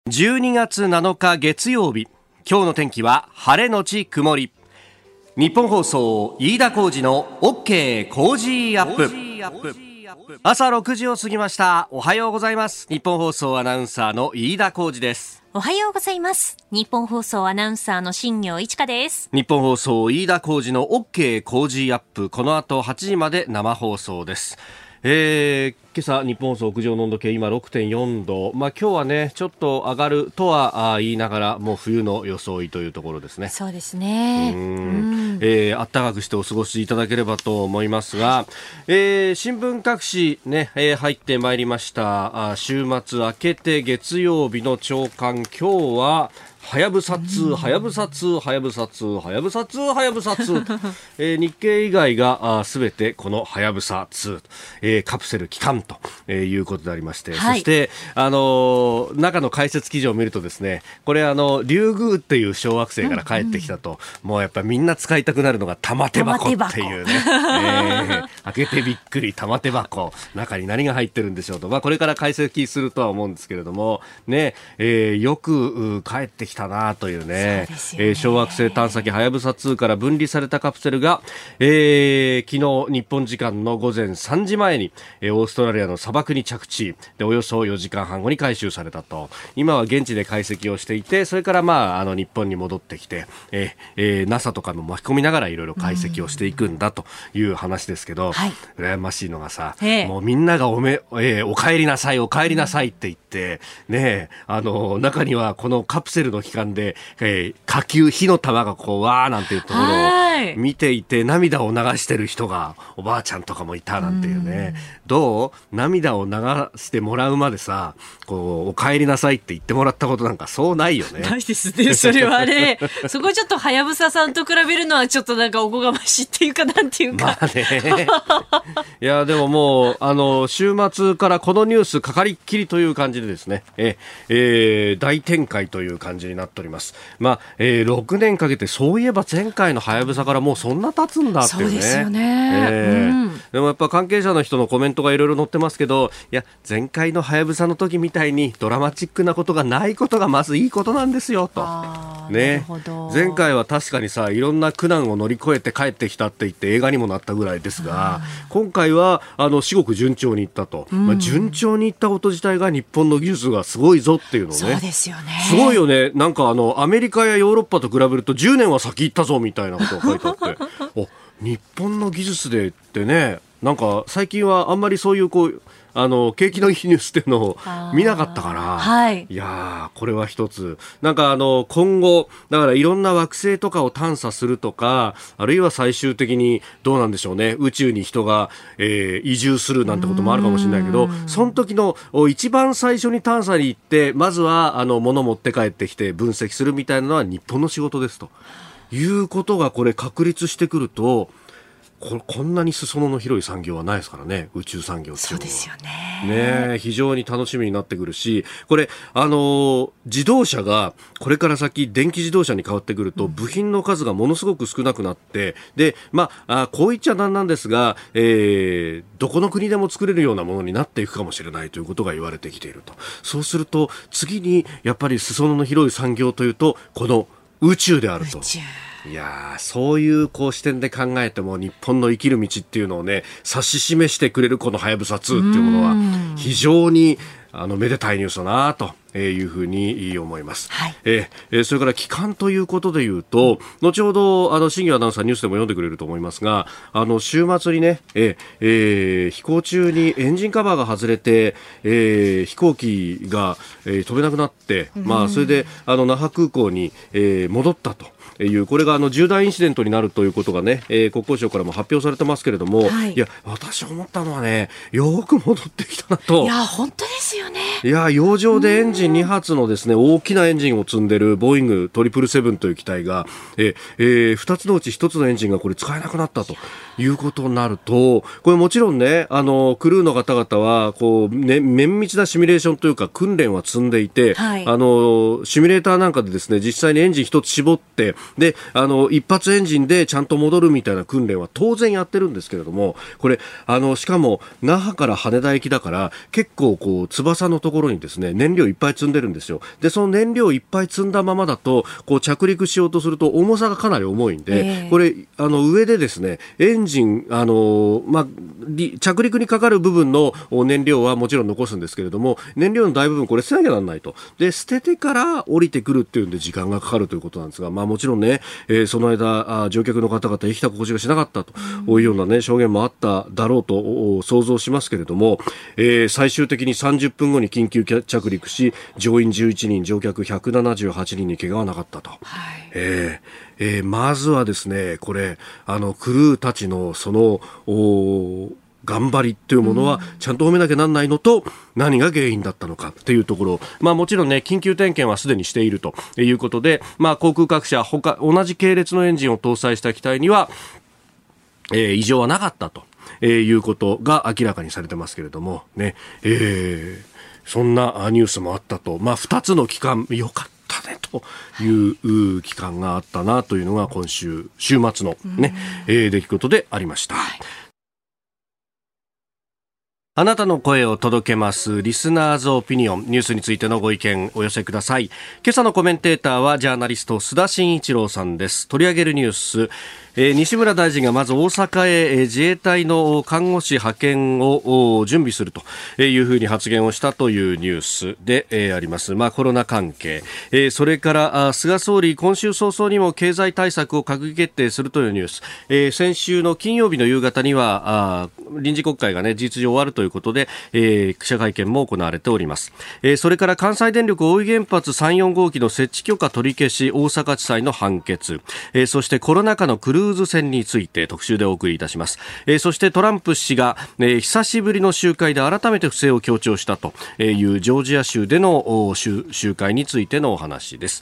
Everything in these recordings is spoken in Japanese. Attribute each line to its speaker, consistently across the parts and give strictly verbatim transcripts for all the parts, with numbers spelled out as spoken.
Speaker 1: じゅうにがつなのか月曜日、今日の天気は晴れのち曇り。日本放送飯田浩司の OK 工事アップ。朝ろくじを過ぎました。おはようございます。日本放送アナウンサーの飯田浩司です。
Speaker 2: おはようございます。日本放送アナウンサーの新業一華です。
Speaker 1: 日本放送飯田浩司の OK 工事アップ、この後はちじまで生放送です。えー、今朝日本放送屋上の温度計今 ろくてんよんど、まあ、今日はねちょっと上がるとは言いながらもう冬の装いというところですね。
Speaker 2: そうですね。
Speaker 1: うん、えー、暖かくしてお過ごしいただければと思いますが、えー、新聞各紙ね、えー、入ってまいりました。あ、週末明けて月曜日の朝刊、今日ははやぶさに、はやぶさに、はやぶさに、はやぶさに、はやぶさに、えー、日経以外がすべてこのはやぶさに、えー、カプセル帰還と、えー、いうことでありまして、はい、そして、あのー、中の解説記事を見るとですね、これあのリュウグウっていう小惑星から帰ってきたと、うんうん、もうやっぱりみんな使いたくなるのが玉手箱っていうね、えー、開けてびっくり玉手箱、中に何が入ってるんでしょうと、まあ、これから解析するとは思うんですけれどもね、えー、よく帰ってきた来たなというね、えー、小惑星探査機はやぶさにから分離されたカプセルが、えー、昨日日本時間の午前さんじまえに、えー、オーストラリアの砂漠に着地で、およそよじかんはん後に回収されたと。今は現地で解析をしていて、それからまああの日本に戻ってきて、えーえー、ナサ とかも巻き込みながらいろいろ解析をしていくんだという話ですけど、はい、羨ましいのがさ、もうみんながおめ、えー、お帰りなさいお帰りなさいって言ってね、あの中にはこのカプセルの期間で、えー、火球火の玉がこうわーなんていうところを見ていて涙を流してる人がおばあちゃんとかもいたなんていうね。うどう涙を流してもらうまでさ、こうお帰りなさいって言ってもらったことなんかそうないよね。
Speaker 2: ないですね、それはねそこちょっとはやぶささんと比べるのはちょっとなんかおこがましいっていうかなんていうか、まあね
Speaker 1: いやでももうあの週末からこのニュースかかりっきりという感じでですね、え、えー、大展開という感じになっております。まあえー、ろくねんかけて、そういえば前回のはやぶさからもうそんな経つんだっていうね。そうですよね、えーうん、でもやっぱ関係者の人のコメントがいろいろ載ってますけど、いや前回のはやぶさの時みたいにドラマチックなことがないことがまずいいことなんですよと、ね、前回は確かにさ、いろんな苦難を乗り越えて帰ってきたって言って映画にもなったぐらいですが、今回はあの至極順調にいったと、うん、まあ、順調にいったこと自体が日本の技術がすごいぞっていうのね。
Speaker 2: そうですよね、
Speaker 1: すごいよね。なんかあのアメリカやヨーロッパと比べるとじゅうねんは先行ったぞみたいなことが書いてあってお、日本の技術でってね、なんか最近はあんまりそういうこうあの景気のいいニュースっていうのを見なかったから、はい、いやこれは一つなんかあの今後だからいろんな惑星とかを探査するとか、あるいは最終的にどうなんでしょうね、宇宙に人が、えー、移住するなんてこともあるかもしれないけど、その時の一番最初に探査に行ってまずはあの物持って帰ってきて分析するみたいなのは日本の仕事ですということがこれ確立してくると、こ, こんなに裾野の広い産業はないですからね、宇宙産業っていうのは。
Speaker 2: そうですよね。
Speaker 1: ね、非常に楽しみになってくるし、これあのー、自動車がこれから先電気自動車に変わってくると、うん、部品の数がものすごく少なくなって、で、まあ、あこう言っちゃなんなんですが、えー、どこの国でも作れるようなものになっていくかもしれないということが言われてきていると。そうすると次にやっぱり裾野の広い産業というとこの宇宙であると。いやそういうこう視点で考えても日本の生きる道っていうのをね指し示してくれるこのはやぶさにっていうものは非常にあのめでたいニュースだなというふうに思います、はい、えー、それから帰還ということでいうと、後ほどあの新業アナウンサーニュースでも読んでくれると思いますが、あの週末にね、えーえー、飛行中にエンジンカバーが外れて、えー、飛行機が、えー、飛べなくなって、まあ、それであの那覇空港に、えー、戻ったという、これがあの重大インシデントになるということがね、えー、国交省からも発表されてますけれども、はい、いや私思ったのはね、よく戻ってきたなと。
Speaker 2: いや本当ですよね。
Speaker 1: いや洋上でエンジンにはつのですね大きなエンジンを積んでるボーイングトリプルセブンという機体が、ええー、ふたつのうちひとつのエンジンがこれ使えなくなったということになると、これもちろんね、あのクルーの方々はこう、ね、綿密なシミュレーションというか訓練は積んでいて、はい、あのシミュレーターなんかでですね実際にエンジンひとつ絞ってであの一発エンジンでちゃんと戻るみたいな訓練は当然やってるんですけれども、これあのしかも那覇から羽田行きだから結構こう翼のところにですね燃料いっぱいい積んでるんですよ。でその燃料をいっぱい積んだままだとこう着陸しようとすると重さがかなり重いんで、えー、これあの上でですねエンジンあの、まあ、着陸にかかる部分の燃料はもちろん残すんですけれども、燃料の大部分これ捨てなきゃならないと。で捨ててから降りてくるっていうんで時間がかかるということなんですが、まあ、もちろんね、えー、その間乗客の方々生きた心地がしなかったというような、ね、証言もあっただろうと想像しますけれども、えー、最終的にさんじゅっぷんごに緊急着陸し乗員じゅういちにん乗客ひゃくななじゅうはちにんに怪我はなかったと、はいえーえー、まずはですねこれあのクルーたちのその頑張りというものはちゃんと褒めなきゃなんないのと、うん、何が原因だったのかというところ、まあ、もちろんね緊急点検はすでにしているということで、まあ、航空各社他同じ系列のエンジンを搭載した機体には、えー、異常はなかったと、えー、いうことが明らかにされてますけれどもね、えー、そんなニュースもあったと、まあ、ふたつの期間よかったねという期間があったなというのが今週週末の、ねえー、出来事でありました。あなたの声を届けますリスナーズオピニオン、ニュースについてのご意見お寄せください。今朝のコメンテーターはジャーナリスト須田慎一郎さんです。取り上げるニュース、えー、西村大臣がまず大阪へ、えー、自衛隊の看護師派遣を準備するというふうに発言をしたというニュースで、えー、あります。まあ、コロナ関係、えー、それからあ菅総理今週早々にも経済対策を閣議決定するというニュース、えー、先週の金曜日の夕方にはあ臨時国会がね事実上終わるということで、えー、記者会見も行われております。えー、それから関西電力大飯原発さん、よん号機の設置許可取り消し大阪地裁の判決、えー、そしてコロナ禍のクルーズ船について特集でお送りいたします。えー、そしてトランプ氏が、えー、久しぶりの集会で改めて不正を強調したというジョージア州での集、集会についてのお話です。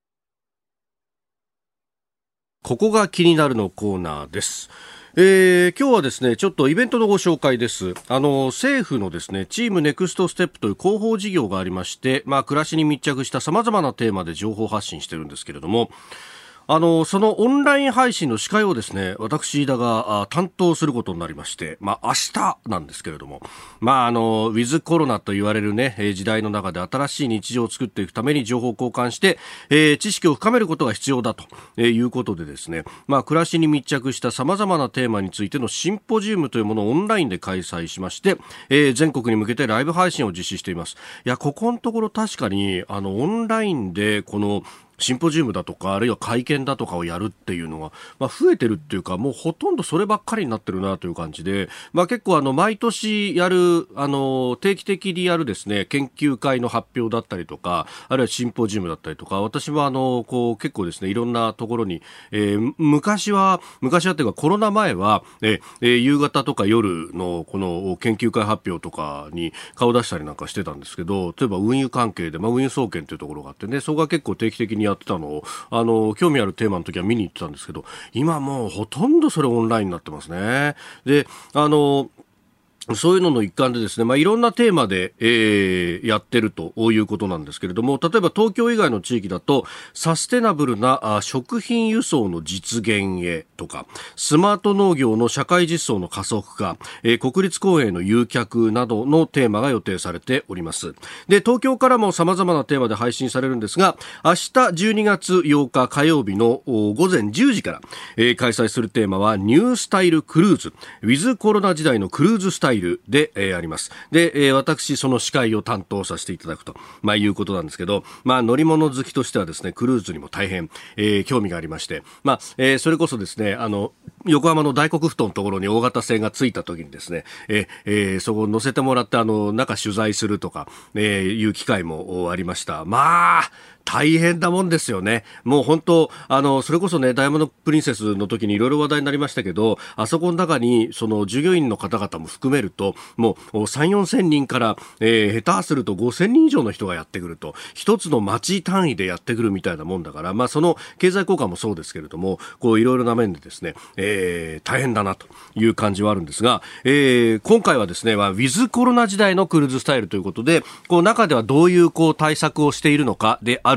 Speaker 1: ここが気になるのコーナーです。えー、今日はですねちょっとイベントのご紹介です。あの政府のですねチームネクストステップという広報事業がありまして、まあ、暮らしに密着した様々なテーマで情報発信してるんですけれども、あのそのオンライン配信の司会をですね私飯田が担当することになりまして、まあ、明日なんですけれども、まあ、あのウィズコロナと言われる、ね、時代の中で新しい日常を作っていくために情報交換して、えー、知識を深めることが必要だということでですね、まあ、暮らしに密着した様々なテーマについてのシンポジウムというものをオンラインで開催しまして、えー、全国に向けてライブ配信を実施しています。いやここのところ確かにあのオンラインでこのシンポジウムだとかあるいは会見だとかをやるっていうのが、まあ、増えてるっていうかもうほとんどそればっかりになってるなという感じで、まあ、結構あの毎年やるあの定期的にやるですね研究会の発表だったりとかあるいはシンポジウムだったりとか、私もあのこう結構ですねいろんなところに、えー、昔は昔はっていうかコロナ前は、えー、夕方とか夜のこの研究会発表とかに顔出したりなんかしてたんですけど、例えば運輸関係で、まあ、運輸総研というところがあってね、そこが結構定期的にやってたのをあの興味あるテーマの時は見に行ってたんですけど、今もうほとんどそれオンラインになってますね。であのそういうのの一環でですね、まあ、いろんなテーマで、えー、やってるということなんですけれども、例えば東京以外の地域だとサステナブルな食品輸送の実現へとか、スマート農業の社会実装の加速化、えー、国立公園への誘客などのテーマが予定されております。で東京からも様々なテーマで配信されるんですが、明日じゅうにがつようか火曜日のごぜんじゅうじから、えー、開催するテーマはニュースタイルクルーズ、ウィズコロナ時代のクルーズスタイルで、えー、あります。で、えー、私その司会を担当させていただくと、まあ、いうことなんですけど、まあ、乗り物好きとしてはですねクルーズにも大変、えー、興味がありまして、まあえー、それこそですねあの横浜の大黒ふ頭のところに大型船が着いた時にですね、えーえー、そこを乗せてもらってあの中取材するとか、えー、いう機会もありました。まあ大変なもんですよね。もう本当あのそれこそねダイヤモンドプリンセスの時にいろいろ話題になりましたけど、あそこの中にその従業員の方々も含めるともうさん、よんせんにんから、えー、下手するとごせんにん以上の人がやってくると、一つの町単位でやってくるみたいなもんだから、まあその経済効果もそうですけれども、こういろいろな面でですね、えー、大変だなという感じはあるんですが、えー、今回はですね、まあ、ウィズコロナ時代のクルーズスタイルということで、こう中ではどういうこう対策をしているのかである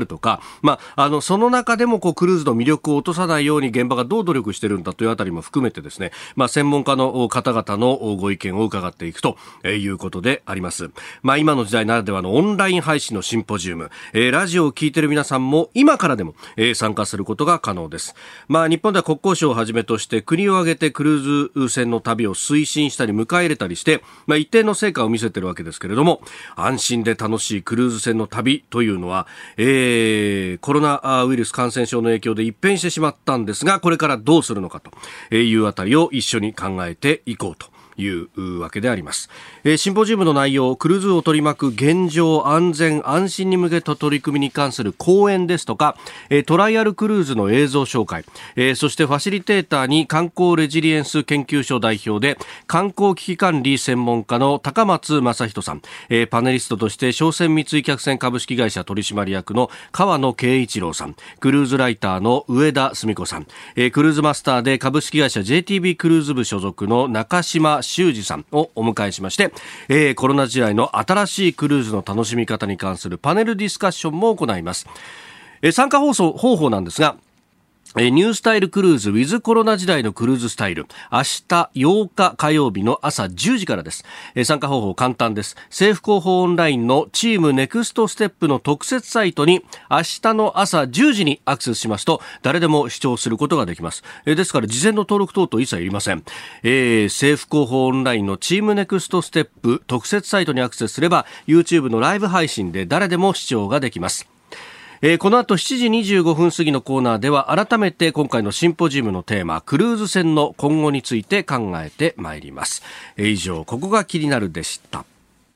Speaker 1: るとか、まあ、あのその中でもこうクルーズの魅力を落とさないように現場がどう努力しているんだというあたりも含めてですね、まあ、専門家の方々のご意見を伺っていくということであります。まあ、今の時代ならではのオンライン配信のシンポジウム、えー、ラジオを聞いている皆さんも今からでも、えー、参加することが可能です。まあ、日本では国交省をはじめとして国を挙げてクルーズ船の旅を推進したり迎え入れたりして、まあ、一定の成果を見せているわけですけれども、安心で楽しいクルーズ船の旅というのは、えー、コロナウイルス感染症の影響で一変してしまったんですが、これからどうするのかというあたりを一緒に考えていこうというわけであります。えー、シンポジウムの内容、クルーズを取り巻く現状、安全安心に向けた取り組みに関する講演ですとか、えー、トライアルクルーズの映像紹介、えー、そしてファシリテーターに観光レジリエンス研究所代表で観光危機管理専門家の高松正人さん、えー、パネリストとして商船三井客船株式会社取締役の川野圭一郎さん、クルーズライターの上田澄子さん、えー、クルーズマスターで株式会社 ジェイティービー クルーズ部所属の中島修二さんをお迎えしまして、えー、コロナ時代の新しいクルーズの楽しみ方に関するパネルディスカッションも行います。えー、参加放送方法なんですが、ニュースタイルクルーズ with コロナ時代のクルーズスタイル、明日ようか火曜日の朝じゅうじからです。参加方法簡単です。政府広報オンラインのチームネクストステップの特設サイトに明日の朝じゅうじにアクセスしますと誰でも視聴することができます。ですから事前の登録等々一切いりません。えー、政府広報オンラインのチームネクストステップ特設サイトにアクセスすれば YouTube のライブ配信で誰でも視聴ができます。えー、この後しちじにじゅうごふん過ぎのコーナーでは改めて今回のシンポジウムのテーマクルーズ船の今後について考えてまいります。えー、以上ここが気になるでした。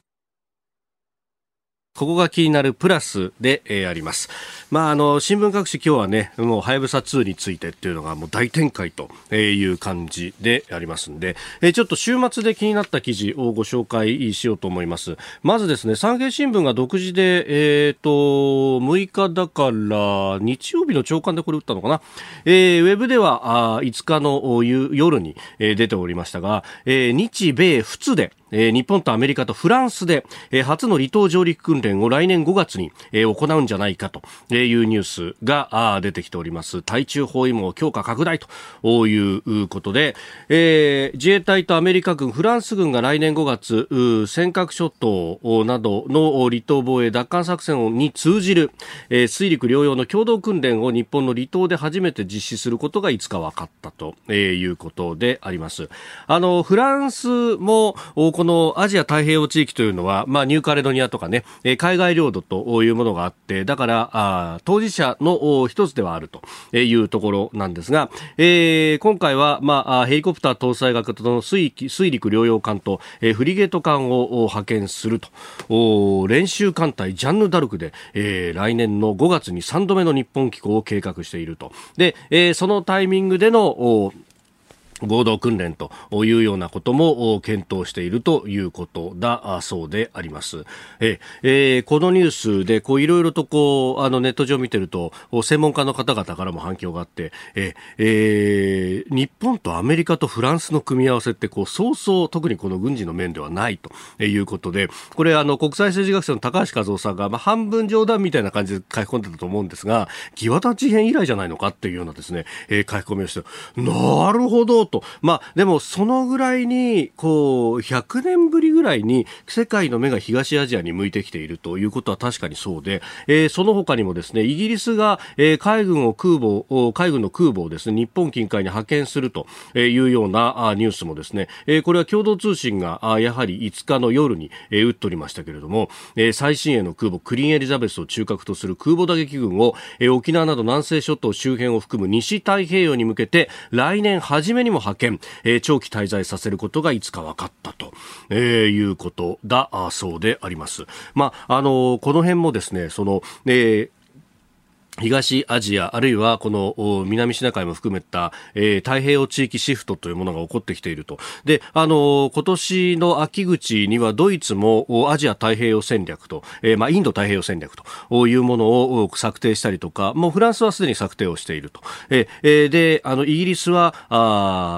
Speaker 1: ここが気になるプラスで、えー、あります。まあ、あの新聞各紙今日はねもうはやぶさツーについてっていうのがもう大展開という感じでありますんで、えー、ちょっと週末で気になった記事をご紹介しようと思います。まずですね、産経新聞が独自で、えー、とむいかだから日曜日の朝刊でこれ打ったのかな、えー、ウェブではあいつかの夜に、えー、出ておりましたが、えー、日米仏でえー、日本とアメリカとフランスで、えー、初の離島上陸訓練を来年ごがつに、えー、行うんじゃないかというニュースが出てきております。対中包囲網強化拡大ということで、えー、自衛隊とアメリカ軍、フランス軍が来年ごがつ尖閣諸島などの離島防衛奪還作戦に通じる、えー、水陸両用の共同訓練を日本の離島で初めて実施することがいつか分かったということであります。あのフランスもこのアジア太平洋地域というのは、まあ、ニューカレドニアとかね、海外領土というものがあって、だからあ当事者の一つではあるというところなんですが、えー、今回は、まあ、ヘリコプター搭載型の水、水陸両用艦と、えー、フリゲート艦を派遣すると練習艦隊ジャンヌ・ダルクで、えー、来年のごがつにさんどめの日本寄港を計画していると。で、えー、そのタイミングでの合同訓練というようなことも検討しているということだそうであります。ええー、このニュースでこういろいろとこうあのネット上見てると専門家の方々からも反響があって、ええー、日本とアメリカとフランスの組み合わせってこうそうそう特にこの軍事の面ではないということで、これあの国際政治学者の高橋和夫さんが、まあ、半分冗談みたいな感じで書き込んでたと思うんですが、義和事変以来じゃないのかっていうようなですね、えー、書き込みをして、なるほどと、まあ、でもそのぐらいにこうひゃくねんぶりぐらいに世界の目が東アジアに向いてきているということは確かにそうで、えー、その他にもですねイギリスが、えー、海軍を空母海軍の空母をですね日本近海に派遣するというようなニュースもですね、えー、これは共同通信がやはりいつかの夜に、えー、打っておりましたけれども、えー、最新鋭の空母クリーンエリザベスを中核とする空母打撃軍を、えー、沖縄など南西諸島周辺を含む西太平洋に向けて来年初めにも派遣、えー、長期滞在させることがいつか分かったと、えー、いうことだそうであります。まああのー、この辺もですねその、えー東アジアあるいはこの南シナ海も含めた、えー、太平洋地域シフトというものが起こってきていると。で、あの今年の秋口にはドイツもアジア太平洋戦略と、えーまあ、インド太平洋戦略というものを策定したりとか、もうフランスはすでに策定をしていると。えー、で、あのイギリスはあ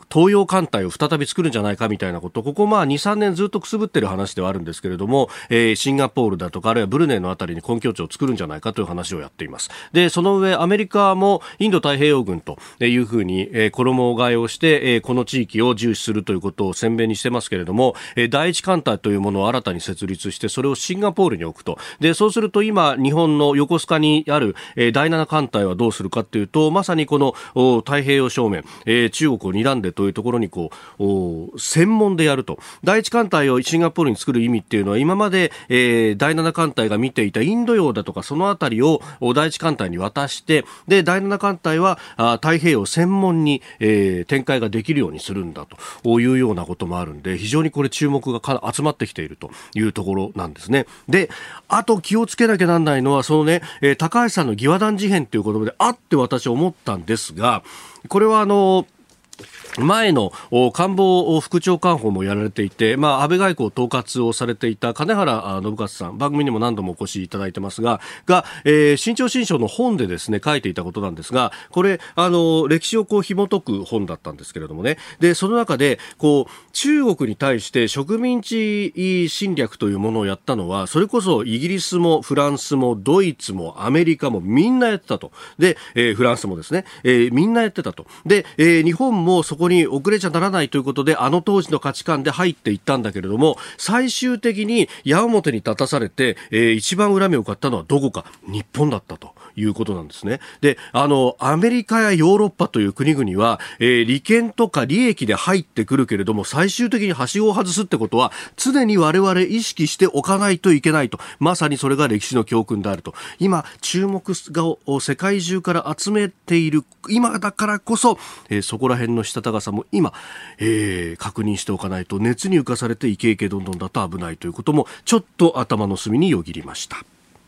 Speaker 1: 東洋艦隊を再び作るんじゃないかみたいなこと、ここまあに、さんねんずっとくすぶってる話ではあるんですけれども、えー、シンガポールだとかあるいはブルネイのあたりに根拠地を作るんじゃないかという話をやっています。でその上アメリカもインド太平洋軍というふうに、えー、衣替えをして、えー、この地域を重視するということを鮮明にしてますけれども、えー、第一艦隊というものを新たに設立してそれをシンガポールに置くと。でそうすると今日本の横須賀にある、えー、だいなな艦隊はどうするかというと、まさにこの太平洋正面、えー、中国を睨んでというところにこう専門でやると。第一艦隊をシンガポールに作る意味っていうのは今まで、えー、だいなな艦隊が見ていたインド洋だとかそのあたりを第一艦隊に渡して、でだいなな艦隊はあ太平洋専門に、えー、展開ができるようにするんだというようなこともあるんで、非常にこれ注目がか集まってきているというところなんですね。であと気をつけなきゃなんないのはそのね、えー、高橋さんの義和団事変という言葉であって私思ったんですが、これはあの前の官房副長官補もやられていて、まあ、安倍外交統括をされていた金原信勝さん、番組にも何度もお越しいただいてますが、が、えー、新潮新書の本でですね書いていたことなんですが、これあの歴史をこう紐解く本だったんですけれどもね、でその中でこう中国に対して植民地侵略というものをやったのはそれこそイギリスもフランスもドイツもアメリカもみんなやってたと。で、えー、フランスもですね、えー、みんなやってたと。で、えー、日本もそこに遅れちゃならないということであの当時の価値観で入っていったんだけれども、最終的に矢面に立たされて、えー、一番恨みを買ったのはどこか、日本だったということなんですね。であのアメリカやヨーロッパという国々は、えー、利権とか利益で入ってくるけれども最終的にはしごを外すってことは常に我々意識しておかないといけないと、まさにそれが歴史の教訓であると。今注目が世界中から集めている今だからこそ、えー、そこら辺のしたたかさも今、えー、確認しておかないと熱に浮かされてイケイケどんどんだと危ないということもちょっと頭の隅によぎりました。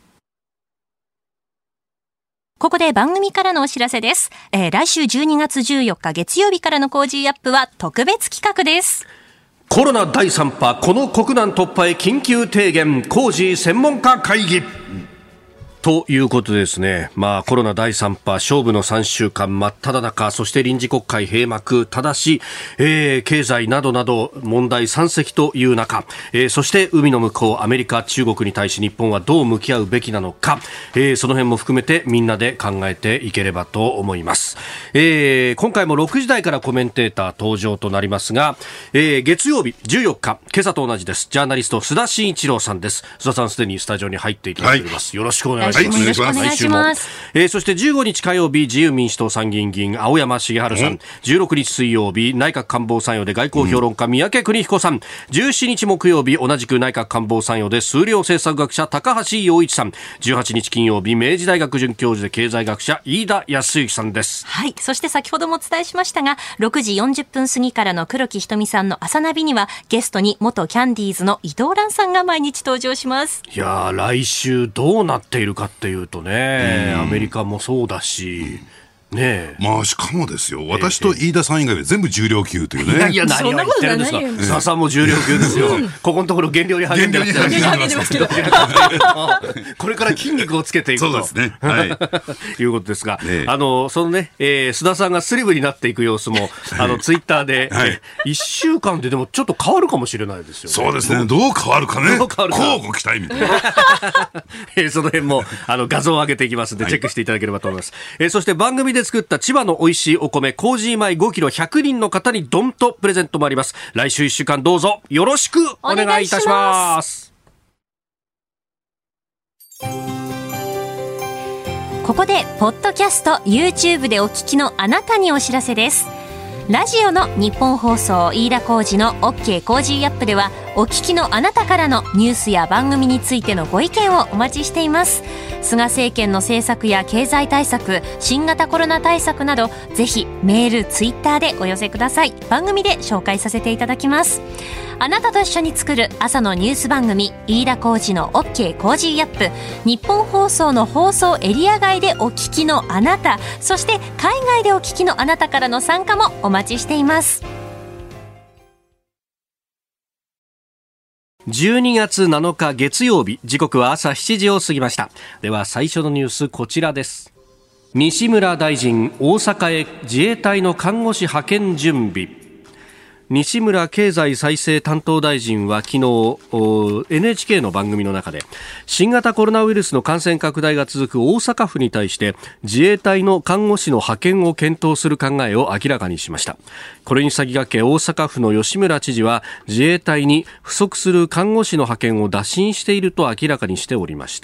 Speaker 2: ここで番組からのお知らせです。えー、来週じゅうにがつじゅうよっか月曜日からのコージーアップは特別企画です。
Speaker 1: コロナだいさん波、この国難突破へ緊急提言、コージー専門家会議。ということですね。まあコロナだいさん波勝負のさんしゅうかん真っ只中、そして臨時国会閉幕、ただし、えー、経済などなど問題山積という中、えー、そして海の向こうアメリカ中国に対し日本はどう向き合うべきなのか、えー、その辺も含めてみんなで考えていければと思います。えー、今回もろくじ台からコメンテーター登場となりますが、えー、月曜日じゅうよっか今朝と同じです。ジャーナリスト須田慎一郎さんです。須田さんすでにスタジオに入っていただいております、はい、よろしくお願いします。
Speaker 2: はい、よろしくお願いします。
Speaker 1: えー、そしてじゅうごにち火曜日自由民主党参議院議員青山茂春さん、じゅうろくにち水曜日内閣官房参与で外交評論家、うん、三宅邦彦さん、じゅうしちにち木曜日同じく内閣官房参与で数量政策学者高橋洋一さん、じゅうはちにち金曜日明治大学准教授で経済学者飯田康之さんです。
Speaker 2: はい、そして先ほどもお伝えしましたがろくじよんじゅっぷん過ぎからの黒木ひとみさんの朝ナビにはゲストに元キャンディーズの伊藤蘭さんが毎日登場します。
Speaker 1: いやー、来週どうなっているかっていうとね、アメリカもそうだし、ねえ、
Speaker 3: まあしかもですよ、私と飯田さん以外は全部重量級というね。
Speaker 1: いやいや、何を言ってるんですか。須田さんも重量級ですよ、うん、ここのところ減量に励んでます
Speaker 3: 減量に励んでますけど
Speaker 1: これから筋肉をつけていくと、
Speaker 3: そうですね、はい、
Speaker 1: いうことですが、ね、あのそのね、えー、須田さんがスリムになっていく様子もあのツイッターで、はい、いっしゅうかんででもちょっと変わるかもしれないですよね。
Speaker 3: そうですね、どう変わるかね、どう変わるか、交互期待みたいな、
Speaker 1: えー、その辺もあの画像を上げていきますのでチェックしていただければと思います、はい。えー、そして番組で作った千葉の美味しいお米コージー米ごキロひゃくにんの方にドンとプレゼントもあります。来週いっしゅうかんどうぞよろしくお願いいたします。
Speaker 2: ここでポッドキャスト YouTube でお聞きのあなたにお知らせです。ラジオの日本放送飯田浩司の OK コージーアップではお聞きのあなたからのニュースや番組についてのご意見をお待ちしています。菅政権の政策や経済対策、新型コロナ対策などぜひメール、ツイッターでお寄せください。番組で紹介させていただきます。あなたと一緒に作る朝のニュース番組飯田浩司の OK コージーアップ、日本放送の放送エリア外でお聞きのあなた、そして海外でお聞きのあなたからの参加もお待ちしています。
Speaker 1: じゅうにがつなのか月曜日、時刻は朝しちじを過ぎました。では最初のニュース、こちらです。西村大臣大阪へ自衛隊の看護師派遣準備。 西村経済再生担当大臣は昨日 エヌエイチケー の番組の中で新型コロナウイルスの感染拡大が続く大阪府に対して自衛隊の看護師の派遣を検討する考えを明らかにしました。これに先駆け大阪府の吉村知事は自衛隊に不足する看護師の派遣を打診していると明らかにしておりました。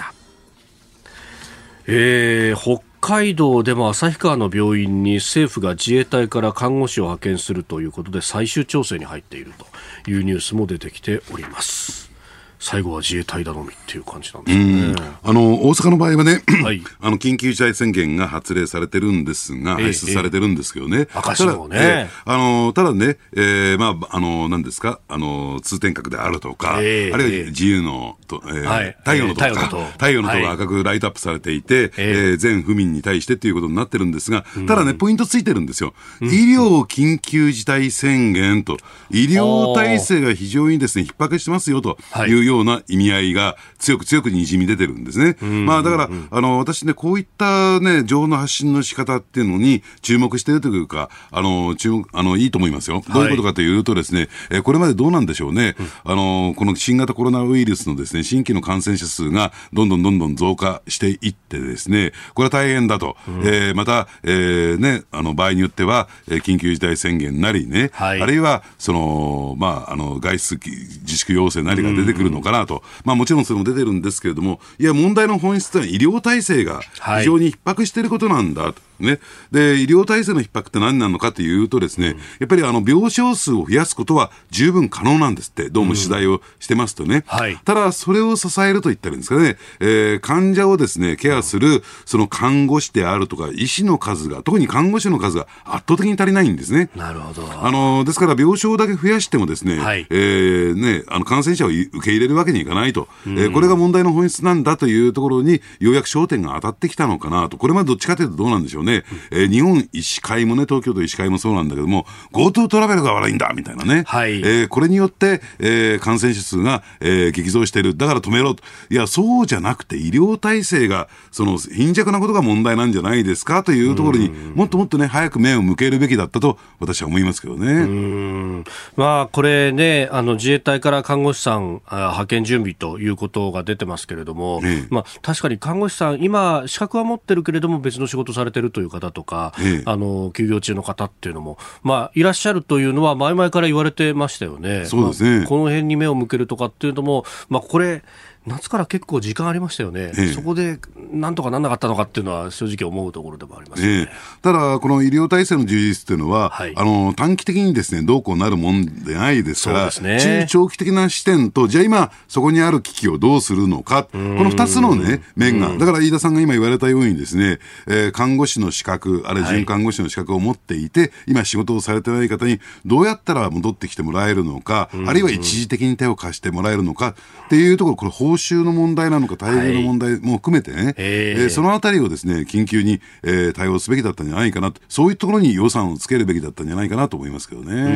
Speaker 1: えー、北海道でも旭川の病院に政府が自衛隊から看護師を派遣するということで最終調整に入っているというニュースも出てきております。最後は自衛隊頼みっていう感じなんですね。
Speaker 3: あの大阪の場合はね、
Speaker 1: はい、
Speaker 3: あの緊急事態宣言が発令されてるんですが、えー、発出されてるんですけどね、
Speaker 1: 赤信ね、
Speaker 3: ただ、えー、あのただね、えー、まああの何ですか、あの通天閣であるとか、えー、あるいは自由のと、えーはい、太陽の塔か、えー、太陽の塔が赤くライトアップされていて、はい、えー、全府民に対してということになってるんですが、ただねポイントついてるんですよ。医療緊急事態宣言と医療体制が非常にですね逼迫してますよというような意味合いが強く強くにじみ出てるんですね。まあだからあの私ねこういったね情報の発信の仕方っていうのに注目しているというか、あの注目あのいいと思いますよ。どういうことかというとですね、えこれまでどうなんでしょうね。あのこの新型コロナウイルスのですね新規の感染者数がどんどんどんどん増加していってですね、これは大変だと、うん、えー、また、えー、ねあの場合によっては、えー、緊急事態宣言なりね、はい、あるいはそのまああの外出自粛要請なりが出てくるのかなと。うん、まあもちろんそれも出てるんですけれども、いや問題の本質は医療体制が非常に逼迫していることなんだと。はいね、で医療体制の逼迫って何なのかというとですね、うん、やっぱりあの病床数を増やすことは十分可能なんですって、どうも取材をしてますとね、うんはい、ただそれを支えると言ったらいいんですかね、えー、患者をですねケアするその看護師であるとか医師の数が、特に看護師の数が圧倒的に足りないんですね。
Speaker 1: なるほど。
Speaker 3: あのですから病床だけ増やしてもですね、はい、えー、ねあの感染者を受け入れるわけにいかないと、うん、えー、これが問題の本質なんだというところにようやく焦点が当たってきたのかなと。これまでどっちかというとどうなんでしょうね、ね、えー、日本医師会もね、東京都医師会もそうなんだけども GoTo トラベルが悪いんだみたいなね、はい、えー、これによって、えー、感染者数が、えー、激増している、だから止めろと。いやそうじゃなくて医療体制がその貧弱なことが問題なんじゃないですかというところにもっともっとね早く目を向けるべきだったと私は思いますけどね。うー
Speaker 1: ん、まあ、これね、あの自衛隊から看護師さん派遣準備ということが出てますけれども、ええ、まあ、確かに看護師さん今資格は持ってるけれども別の仕事されてるという方とか、ええ、あの休業中の方っていうのも、まあ、いらっしゃるというのは前々から言われてましたよね。
Speaker 3: そうですね、
Speaker 1: まあ、この辺に目を向けるとかっていうのも、まあ、これ夏から結構時間ありましたよね、ええ、そこでなんとかなんなかったのかっていうのは正直思うところでもありますよね。
Speaker 3: ええ、ただこの医療体制の充実というのは、はい、あの短期的にですねどうこうなるもんでないですから、そうですね、中長期的な視点と、じゃあ今そこにある危機をどうするのか、このふたつのね面が、だから飯田さんが今言われたようにですね、えー、看護師の資格あるいは准看護師の資格を持っていて、はい、今仕事をされてない方にどうやったら戻ってきてもらえるのか、あるいは一時的に手を貸してもらえるのかっていうところ、これ報酬の問題なのか待遇の問題も含めてね、はい、えー、そのあたりをですね緊急に、えー、対応すべきだったんじゃないかなと、そういうところに予算をつけるべきだったんじゃないかなと思いますけどね。うん、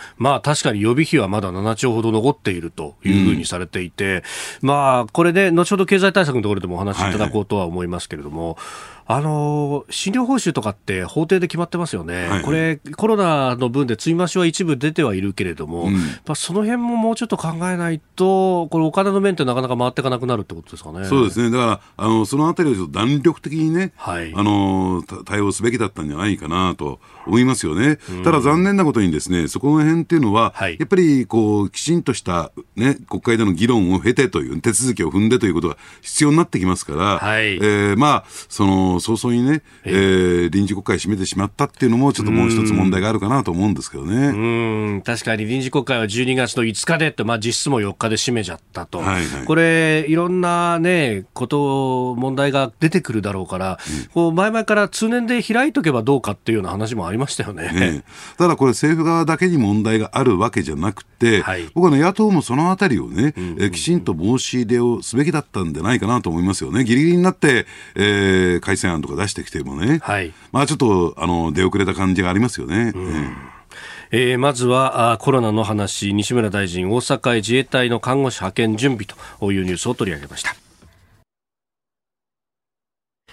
Speaker 1: まあ確かに予備費はまだななちょうほど残っているというふうにされていて、うん、まあこれで後ほど経済対策のところでもお話しいただこうとは思いますけれども、はいはい、あの診療報酬とかって法定で決まってますよね、はいはい、これコロナの分で積み増しは一部出てはいるけれども、うん、まあ、その辺ももうちょっと考えないとこれお金の面ってなかなか回っていかなくなるってことですかね。
Speaker 3: そうですね、だからあのそのあたりをちょっと弾力的にね、はい、あの対応すべきだったんじゃないかなと思いますよね、うん、ただ残念なことにですねそこの辺っていうのは、はい、やっぱりこうきちんとした、ね、国会での議論を経てという手続きを踏んでということが必要になってきますから、はい、えー、まあその早々にね、えー、臨時国会締めてしまったっていうのもちょっともう一つ問題があるかなと思うんですけどね。う
Speaker 1: ーん、確かに臨時国会はじゅうにがつのいつかでって、まあ、実質もよっかで締めちゃったと、はいはい、これいろんなねこと問題が出てくるだろうから、うん、こう前々から通年で開いとけばどうかっていうような話もありましたよね。ね、
Speaker 3: ただこれ政府側だけに問題があるわけじゃなくて、はい、僕はね野党もそのあたりをね、うんうんうん、えきちんと申し入れをすべきだったんじゃないかなと思いますよね。ギリギリになって、えー、改正案とか出してきてもね、はい、まあちょっとあの出遅れた感じがありますよね。うん、えー
Speaker 1: えー、まずはあコロナの話、西村大臣大阪へ自衛隊の看護師派遣準備というニュースを取り上げました。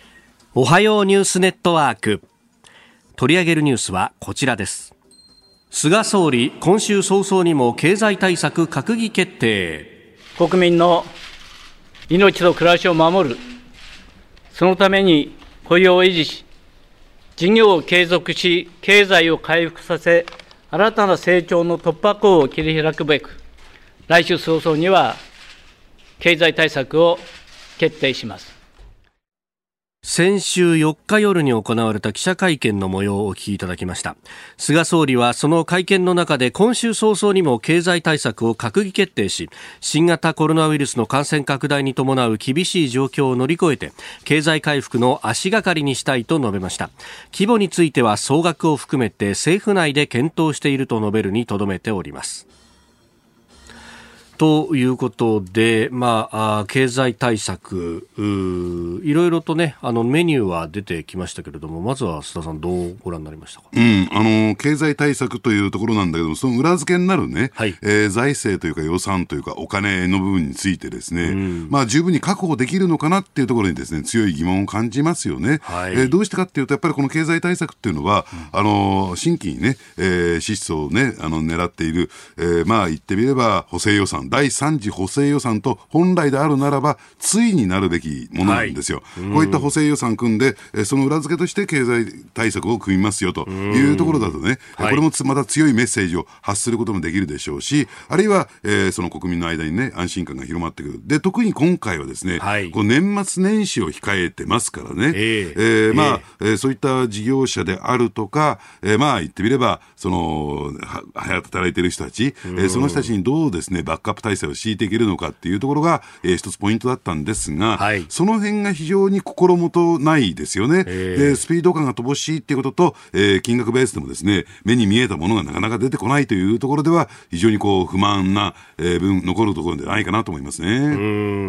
Speaker 1: おはようニュースネットワーク、取り上げるニュースはこちらです。 菅総理、今週早々にも経済対策閣議決定。
Speaker 4: 国民の命と暮らしを守る、そのために雇用を維持し、事業を継続し、経済を回復させ、新たな成長の突破口を切り開くべく、来週早々には経済対策を決定します。
Speaker 1: 先週よっか夜に行われた記者会見の模様をお聞きいただきました。菅総理はその会見の中で今週早々にも経済対策を閣議決定し、新型コロナウイルスの感染拡大に伴う厳しい状況を乗り越えて経済回復の足がかりにしたいと述べました。規模については総額を含めて政府内で検討していると述べるにとどめております。ということで、まあ、あ経済対策いろいろとね、あのメニューは出てきましたけれども、まずは須田さん、どうご覧になりましたか。
Speaker 3: うん、あの経済対策というところなんだけども、その裏付けになるね、はい、えー、財政というか予算というかお金の部分についてですね、うん、まあ、十分に確保できるのかなっていうところにですね、強い疑問を感じますよね。はい、えー、どうしてかっていうと、やっぱりこの経済対策っていうのは、うん、あの新規にね、えー、支出をね、あの狙っている、えー、まあ言ってみれば補正予算、だいさん次補正予算と本来であるならば対になるべきものなんですよ。はい、こういった補正予算組んで、えー、その裏付けとして経済対策を組みますよというところだとね、はい、これもまた強いメッセージを発することもできるでしょうし、あるいは、えー、その国民の間にね、安心感が広まってくる。で、特に今回はですね、はい、こう年末年始を控えてますからね、えーえー、まあ、えー、そういった事業者であるとか、えー、まあ言ってみればその働いている人たち、えー、その人たちにどうですね、バックアップ体制を敷いていけるのかっていうところが、えー、一つポイントだったんですが、はい、その辺が非常に心もとないですよね。えー、でスピード感が乏しいっていうことと、えー、金額ベースでもですね、目に見えたものがなかなか出てこないというところでは非常にこう不満な、えー、分残るところではないかなと思いますね。
Speaker 1: うん、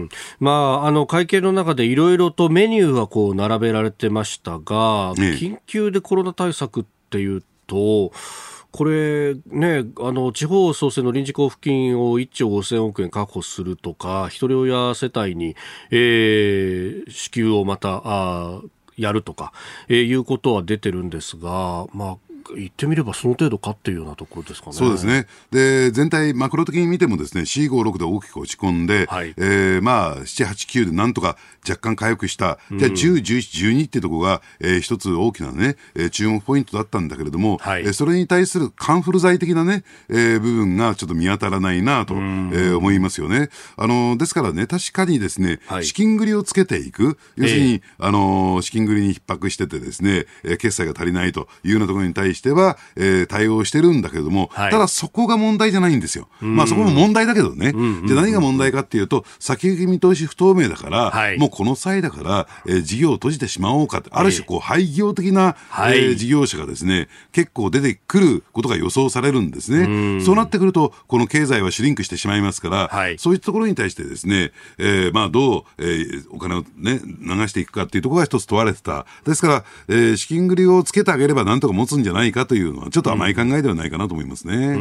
Speaker 1: まあ、あの会見の中でいろいろとメニューはこう並べられてましたが、ね、緊急でコロナ対策っていうとこれね、あの地方創生の臨時交付金をいっちょうごせんおくえん確保するとか、ひとり親世帯に、えー、支給をまたあやるとか、えー、いうことは出てるんですが、まあ言ってみればその程度かっていうようなところですかね。
Speaker 3: そうですね。で、全体マクロ的に見てもですね、よん、ご、ろくで大きく落ち込んで、はい、えー、まあなな、はち、きゅうでなんとか若干回復した。じゃあじゅう、じゅういち、じゅうにっていうところが、えー、一つ大きなね、えー、注目ポイントだったんだけれども、はい、えー、それに対するカンフル剤的なね、えー、部分がちょっと見当たらないなと、えー、思いますよね。あのですからね、確かにですね、はい、資金繰りをつけていく、要するに、えー、あの資金繰りに逼迫しててですね、えー、決済が足りないというようなところに対してしては、えー、対応してるんだけれども、はい、ただそこが問題じゃないんですよ。まあそこも問題だけどね。じゃあ何が問題かっていうと、先行き見通し不透明だから、はい、もうこの際だから、えー、事業を閉じてしまおうかって、ある種こう廃業的な、はい、えー、事業者がですね、結構出てくることが予想されるんですね。うそうなってくると、この経済はシュリンクしてしまいますから、はい、そういったところに対してですね、えー、まあどう、えー、お金をね、流していくかっていうところが一つ問われてた。ですから、えー、資金繰りをつけてあげればなんとか持つんじゃないかというのはちょっと甘い考えではないかなと思いますね。うん、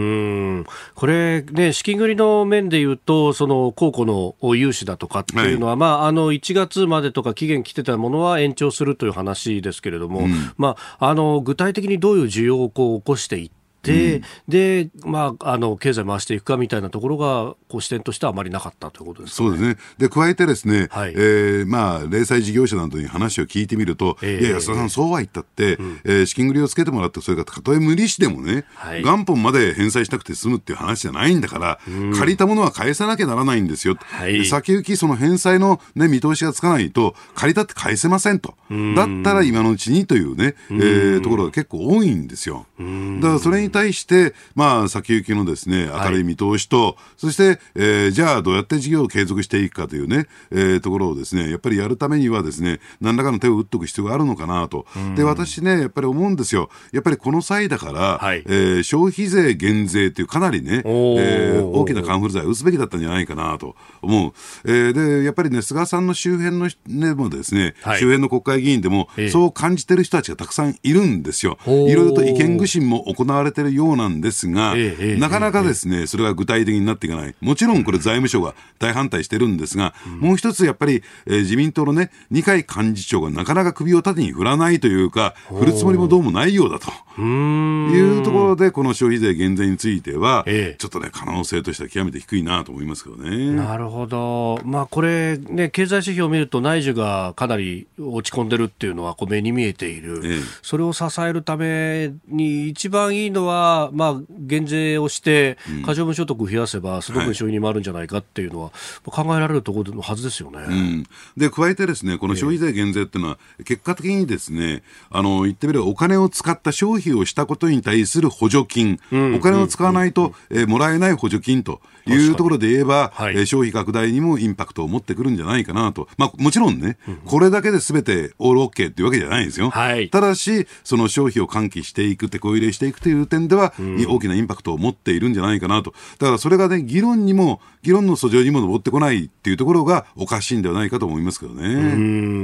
Speaker 1: これね、資金繰りの面でいうと、その公庫の融資だとかっていうのは、はい、まあ、あのいちがつまでとか期限来てたものは延長するという話ですけれども、うん、まあ、あの具体的にどういう需要をこう起こしていってで、うん、で、まあ、あの経済回していくかみたいなところがこう視点としてはあまりなかったということですかね。
Speaker 3: そうですね。で、加えてですね、はい、えー、まあ、零細事業者などに話を聞いてみると、えー、いや、安田さん、そうは言ったって、うん、えー、資金繰りをつけてもらって、それがたとえ無利子でもね、はい、元本まで返済しなくて済むっていう話じゃないんだから、うん、借りたものは返さなきゃならないんですよ。はい、先行き、その返済の、ね、見通しがつかないと、借りたって返せませんと。だったら今のうちにというね、えー、ところが結構多いんですよ。だからそれに対して、まあ、先行きのですね、明るい見通しと、はい、そして、えー、じゃあどうやって事業を継続していくかというね、えー、ところをですね、やっぱりやるためにはですね、何らかの手を打っておく必要があるのかなと。で、私ね、やっぱり思うんですよ。やっぱりこの際だから、はい、えー、消費税減税というかなりね、えー、大きなカンフル剤を打つべきだったんじゃないかなと思う。えー、で、やっぱりね、菅さんの周辺のでもですね、はい、周辺の国会議員でも、そう感じてる人たちがたくさんいるんですよ。いろいろと意見具申も行われてるようなんですが、ええ、なかなかですね、ええ、それが具体的になっていかない。もちろんこれ財務省が大反対してるんですが、うん、もう一つやっぱり、えー、自民党のね、二階幹事長がなかなか首を縦に振らないというか、振るつもりもどうもないようだというところで、この消費税減税については、ええ、ちょっとね、可能性としては極めて低いなと思いますけどね。
Speaker 1: なるほど。まあこれね、経済指標を見ると内需がかなり落ち込んでるっていうのはこう目に見えている、ええ、それを支えるために一番いいのは、まあ、減税をして可処分所得を増やせば、うん、その分消費に回るんじゃないかっていうのは、はい、考えられるところのはずですよね。
Speaker 3: うん、で加えてですね、この消費税減税っていうのは、ええ、結果的にですね、あの言ってみればお金を使った消費をしたことに対する補助金、うん、お金を使わないと、うん、えー、もらえない補助金というところで言えば、はい、えー、消費拡大にもインパクトを持ってくるんじゃないかなと。まあ、もちろんね、うん、これだけで全てオールオッケーっていうわけじゃないんですよ、はい、ただしその消費を喚起していく、テコ入れしていくという点では、うん、大きなインパクトを持っているんじゃないかなと。だからそれがね、議論にも議論の訴状にも上ってこないっていうところがおかしいんではないかと思いますけどね。
Speaker 1: うん、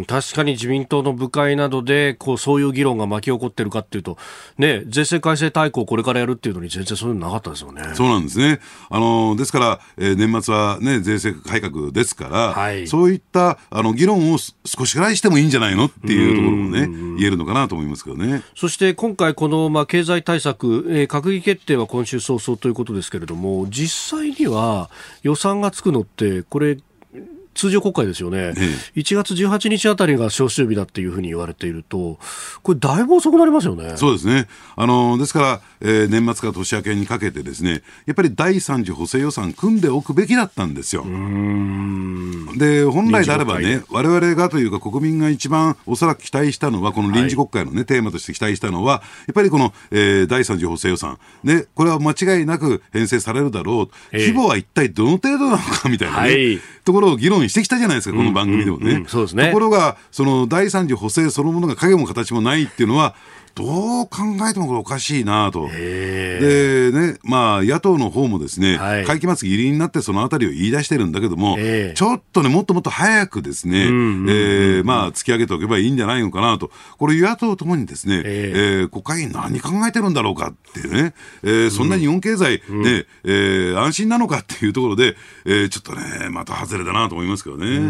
Speaker 1: 確かに自民党の部会などでこうそういう議論が巻き起こってるかっていうと、ね、税制改正大綱をこれからやるっていうのに全然そういうのなかったですよね。
Speaker 3: そうなんですね。あのですから、えー、年末は、ね、税制改革ですから、はい、そういったあの議論を少しぐらいしてもいいんじゃないのっていうところもね、言えるのかなと思いますけどね。
Speaker 1: そして今回この、まあ、経済対策、えー、閣議決定は今週早々ということですけれども、実際には予算がつくのってこれ通常国会ですよね、ええ、いちがつじゅうはちにちあたりが召集日だっていうふうに言われていると、これだいぶ遅くなりますよね。
Speaker 3: そうですね。あのですから、えー、年末から年明けにかけてですね、やっぱりだいさん次補正予算組んでおくべきだったんですよ。うーん、で本来であればね、我々がというか国民が一番おそらく期待したのは、この臨時国会の、ね、はい、テーマとして期待したのはやっぱりこの、えー、だいさん次補正予算、ね、これは間違いなく編成されるだろう、えー、規模は一体どの程度なのかみたいな、ね、はい、ところを議論してきたじゃないですか、この番組でもね。うんうんうん、そうですね。ところがそのだいさん次補正そのものが影も形もないっていうのはどう考えてもこれおかしいなと。でね、まあ野党の方もですね、はい、会期末ギリギリになってそのあたりを言い出してるんだけども、ちょっとね、もっともっと早くですね、うんうんうん、えー、まあ突き上げておけばいいんじゃないのかなと。これ野党ともにですね、えーえー、国会議員何考えてるんだろうかっていうね、えー、そんな日本経済、うん、ね、えー、安心なのかっていうところで、えー、ちょっとね、また外れだなと思いますけどね。うん、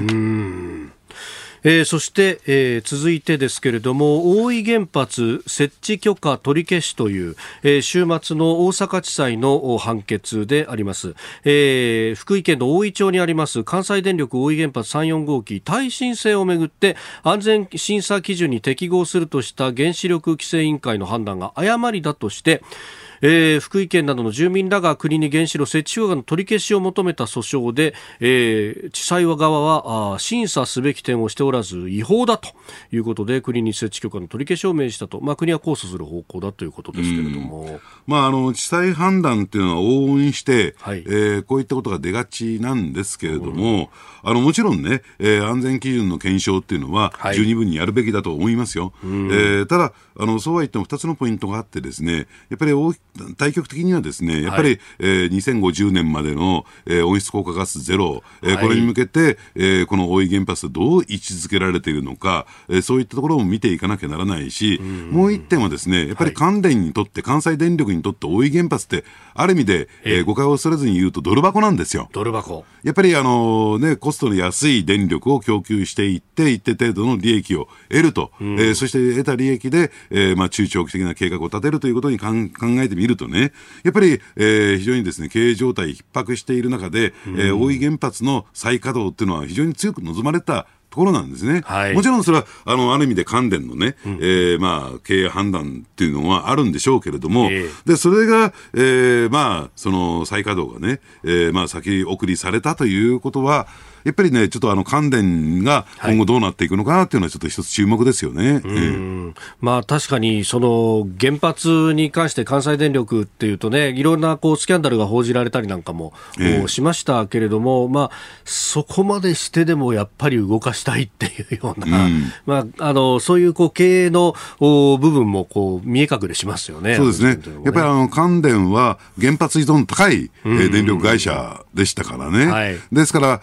Speaker 1: えー、そして、えー、続いてですけれども、大井原発設置許可取り消しという、えー、週末の大阪地裁の判決であります、えー、福井県の大井町にあります関西電力大井原発さん、よん号機耐震性をめぐって安全審査基準に適合するとした原子力規制委員会の判断が誤りだとして、えー、福井県などの住民らが国に原子炉設置許可の取り消しを求めた訴訟で、えー、地裁側はあ審査すべき点をしておらず違法だということで国に設置許可の取り消しを命じたと、まあ、国は控訴する方向だということですけれども、
Speaker 3: まあ、あの地裁判断というのは往々にして、はい、えー、こういったことが出がちなんですけれども、うん、あのもちろんね、えー、安全基準の検証っていうのは十二分にやるべきだと思いますよ、はい、えー、ただあのそうは言ってもふたつのポイントがあってですね、やっぱり大対極的にはですね、やっぱり、はい、えー、にせんごじゅうねんまでの、えー、温室効果ガスゼロ、えーはい、これに向けて、えー、この大井原発でどう位置づけられているのか、えー、そういったところも見ていかなきゃならないし、もう一点はですね、やっぱり関電にとって、はい、関西電力にとって大井原発ってある意味で、えー、誤解を恐れずに言うとドル箱なんですよ。
Speaker 1: ドル箱。
Speaker 3: やっぱりあの、ね、コストの安い電力を供給していって一定程度の利益を得ると、うん、えー、そして得た利益で、えーまあ、中長期的な計画を立てるということにかん考えてみるとね、やっぱり、えー、非常にですね経営状態逼迫している中で、うん、えー、大井原発の再稼働っていうのは非常に強く望まれたところなんですね、はい、もちろんそれはあのある意味で関電のね、うん、えーまあ、経営判断っていうのはあるんでしょうけれども、えー、でそれが、えーまあ、その再稼働がね、えーまあ、先送りされたということはやっぱりね、ちょっとあの関電が今後どうなっていくのかなっていうのはちょっと一つ注目ですよね。はい、うん、えー、
Speaker 1: まあ確かにその原発に関して関西電力っていうとね、いろんなこうスキャンダルが報じられたりなんかも、えー、しましたけれども、まあそこまでしてでもやっぱり動かしたいっていうような、うん、まああのそういうこう経営の部分もこう見え隠れしますよね。
Speaker 3: そうですね。やっぱりあの関電は原発依存高い、うん、えー、電力会社でしたからね。はい、ですから、えー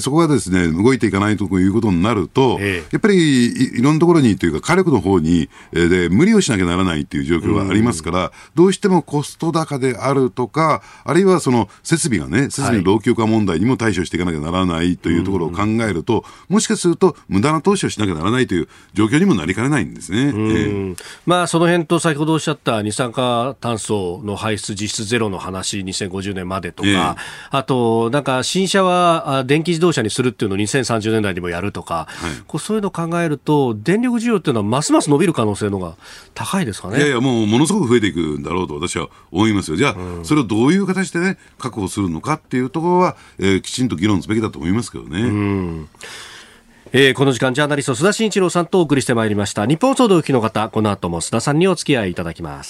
Speaker 3: そこがですね動いていかないということになると、えー、やっぱり い, いろんなところにというか火力の方に、えー、で無理をしなきゃならないという状況がありますから、どうしてもコスト高であるとか、あるいはその設備がね、設備の老朽化問題にも対処していかなきゃならないというところを考えると、もしかすると無駄な投資をしなきゃならないという状況にもなりかねないんですね。
Speaker 1: うん、えー、まあその辺と先ほどおっしゃった二酸化炭素の排出実質ゼロの話、にせんごじゅうねんまでとか、えー、あとなんか新車は電気自動車にするっていうのをにせんさんじゅうねんだいにもやるとか、はい、こうそういうのを考えると電力需要っていうのはますます伸びる可能性のが高いですかね。
Speaker 3: いやいや、もうものすごく増えていくんだろうと私は思いますよ。じゃあ、うん、それをどういう形でね確保するのかっていうところは、えー、きちんと議論すべきだと思いますけどね。うん、
Speaker 1: えー、この時間ジャーナリスト須田慎一郎さんとお送りしてまいりました。日本総動機の方、この後も須田さんにお付き合いいただきます。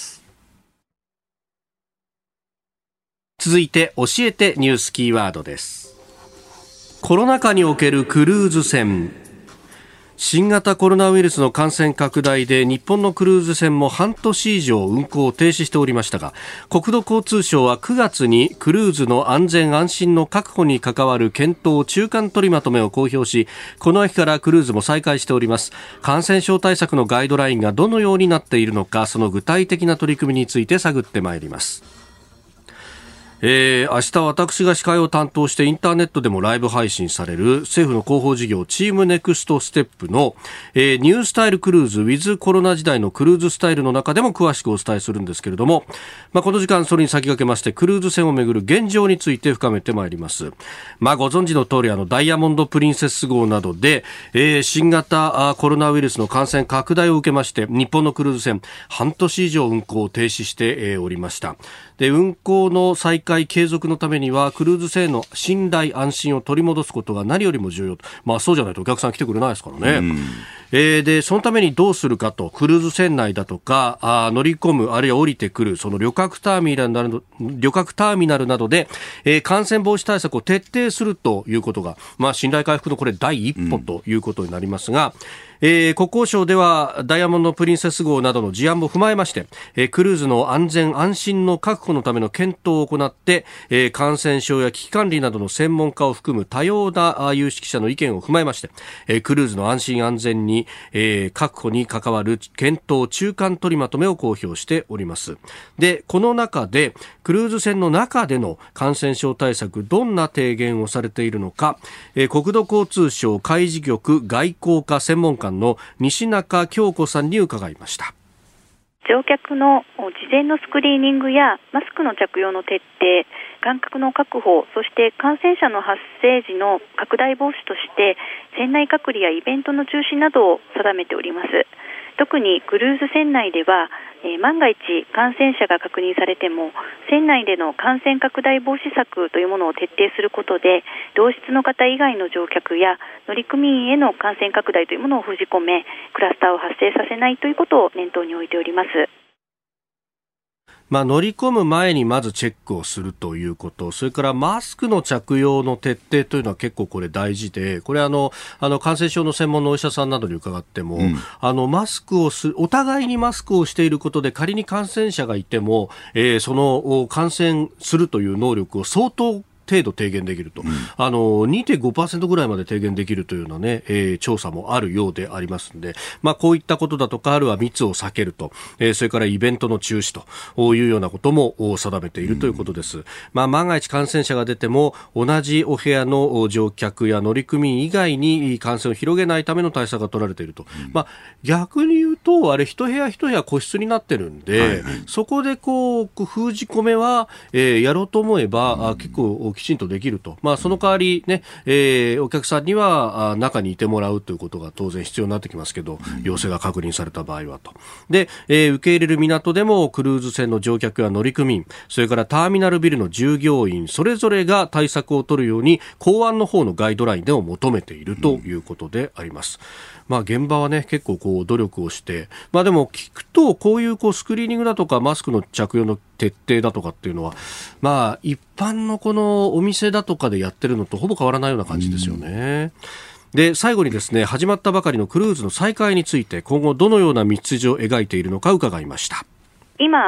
Speaker 1: 続いて教えてニュースキーワードです。コロナ禍におけるクルーズ船。新型コロナウイルスの感染拡大で日本のクルーズ船も半年以上運航を停止しておりましたが、国土交通省はくがつにクルーズの安全安心の確保に関わる検討中間取りまとめを公表し、この秋からクルーズも再開しております。感染症対策のガイドラインがどのようになっているのか、その具体的な取り組みについて探ってまいります。えー、明日私が司会を担当してインターネットでもライブ配信される政府の広報事業チームネクストステップの、えー、ニュースタイルクルーズ with コロナ時代のクルーズスタイルの中でも詳しくお伝えするんですけれども、まあ、この時間それに先駆けましてクルーズ船をめぐる現状について深めてまいります。まあ、ご存知の通りあのダイヤモンドプリンセス号などで、えー、新型コロナウイルスの感染拡大を受けまして日本のクルーズ船半年以上運航を停止して、えー、おりました。で運航の再開継続のためにはクルーズ船の信頼安心を取り戻すことが何よりも重要と、まあ、そうじゃないとお客さん来てくれないですからね。うん、えー、でそのためにどうするかと、クルーズ船内だとかあ乗り込むあるいは降りてくるその旅客ターミナルなど旅客ターミナルなどで、えー、感染防止対策を徹底するということが、まあ、信頼回復のこれ第一歩ということになりますが、うんえー、国交省ではダイヤモンドプリンセス号などの事案も踏まえまして、えー、クルーズの安全安心の確保のための検討を行って、えー、感染症や危機管理などの専門家を含む多様な有識者の意見を踏まえまして、えー、クルーズの安心安全に、えー、確保に関わる検討中間取りまとめを公表しております。でこの中でクルーズ船の中での感染症対策どんな提言をされているのか、えー、国土交通省海事局外交課専門家の西中京子さんに伺いました。
Speaker 5: 乗客の事前のスクリーニングやマスクの着用の徹底、間隔の確保、そして感染者の発生時の拡大防止として船内隔離やイベントの中止などを定めております。特にクルーズ船内では、えー、万が一感染者が確認されても船内での感染拡大防止策というものを徹底することで、同室の方以外の乗客や乗組員への感染拡大というものを封じ込め、クラスターを発生させないということを念頭に置いております。
Speaker 1: まあ、乗り込む前にまずチェックをするということ、それからマスクの着用の徹底というのは結構これ大事で、これあのあの感染症の専門のお医者さんなどに伺っても、うん、あのマスクをすお互いにマスクをしていることで仮に感染者がいても、えー、その感染するという能力を相当程度低減できると、うん、あの にてんごパーセント ぐらいまで低減できるというような、ねえー、調査もあるようでありますので、まあ、こういったことだとか、あるいは密を避けると、えー、それからイベントの中止というようなことも定めているということです。うん、まあ、万が一感染者が出ても同じお部屋の乗客や乗組員以外に感染を広げないための対策が取られていると、うん、まあ、逆に言うとあれ一部屋一部屋個室になってるんで、はいはい、そこでこう封じ込めは、えー、やろうと思えば、うん、あ結構きちんとできると、まあ、その代わり、ねえー、お客さんには中にいてもらうということが当然必要になってきますけど、陽性が確認された場合はと。で、えー、受け入れる港でもクルーズ船の乗客や乗組員、それからターミナルビルの従業員それぞれが対策を取るように港湾の方のガイドラインでも求めているということであります。まあ、現場はね結構こう努力をして、まあ、でも聞くとこういうこうスクリーニングだとかマスクの着用の徹底だとかっていうのは、まあ、一般のこのお店だとかでやってるのとほぼ変わらないような感じですよね。で最後にですね、始まったばかりのクルーズの再開について今後どのような道筋を描いているのか伺いました。
Speaker 5: 今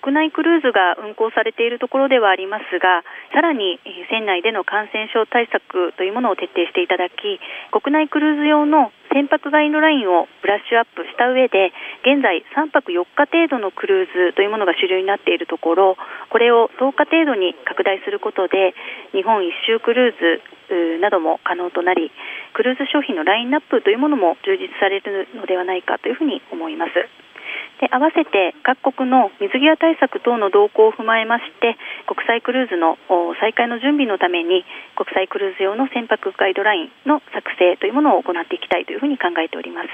Speaker 5: 国内クルーズが運航されているところではありますが、さらに船内での感染症対策というものを徹底していただき、国内クルーズ用の船舶ガイドラインをブラッシュアップした上で、現在さんぱくよっか程度のクルーズというものが主流になっているところ、これをとおか程度に拡大することで日本一周クルーズなども可能となり、クルーズ商品のラインナップというものも充実されるのではないかというふうに思います。で、合わせて各国の水際対策等の動向を踏まえまして、国際クルーズの再開の準備のために国際クルーズ用の船舶ガイドラインの作成というものを行っていきたいというふうに考えております。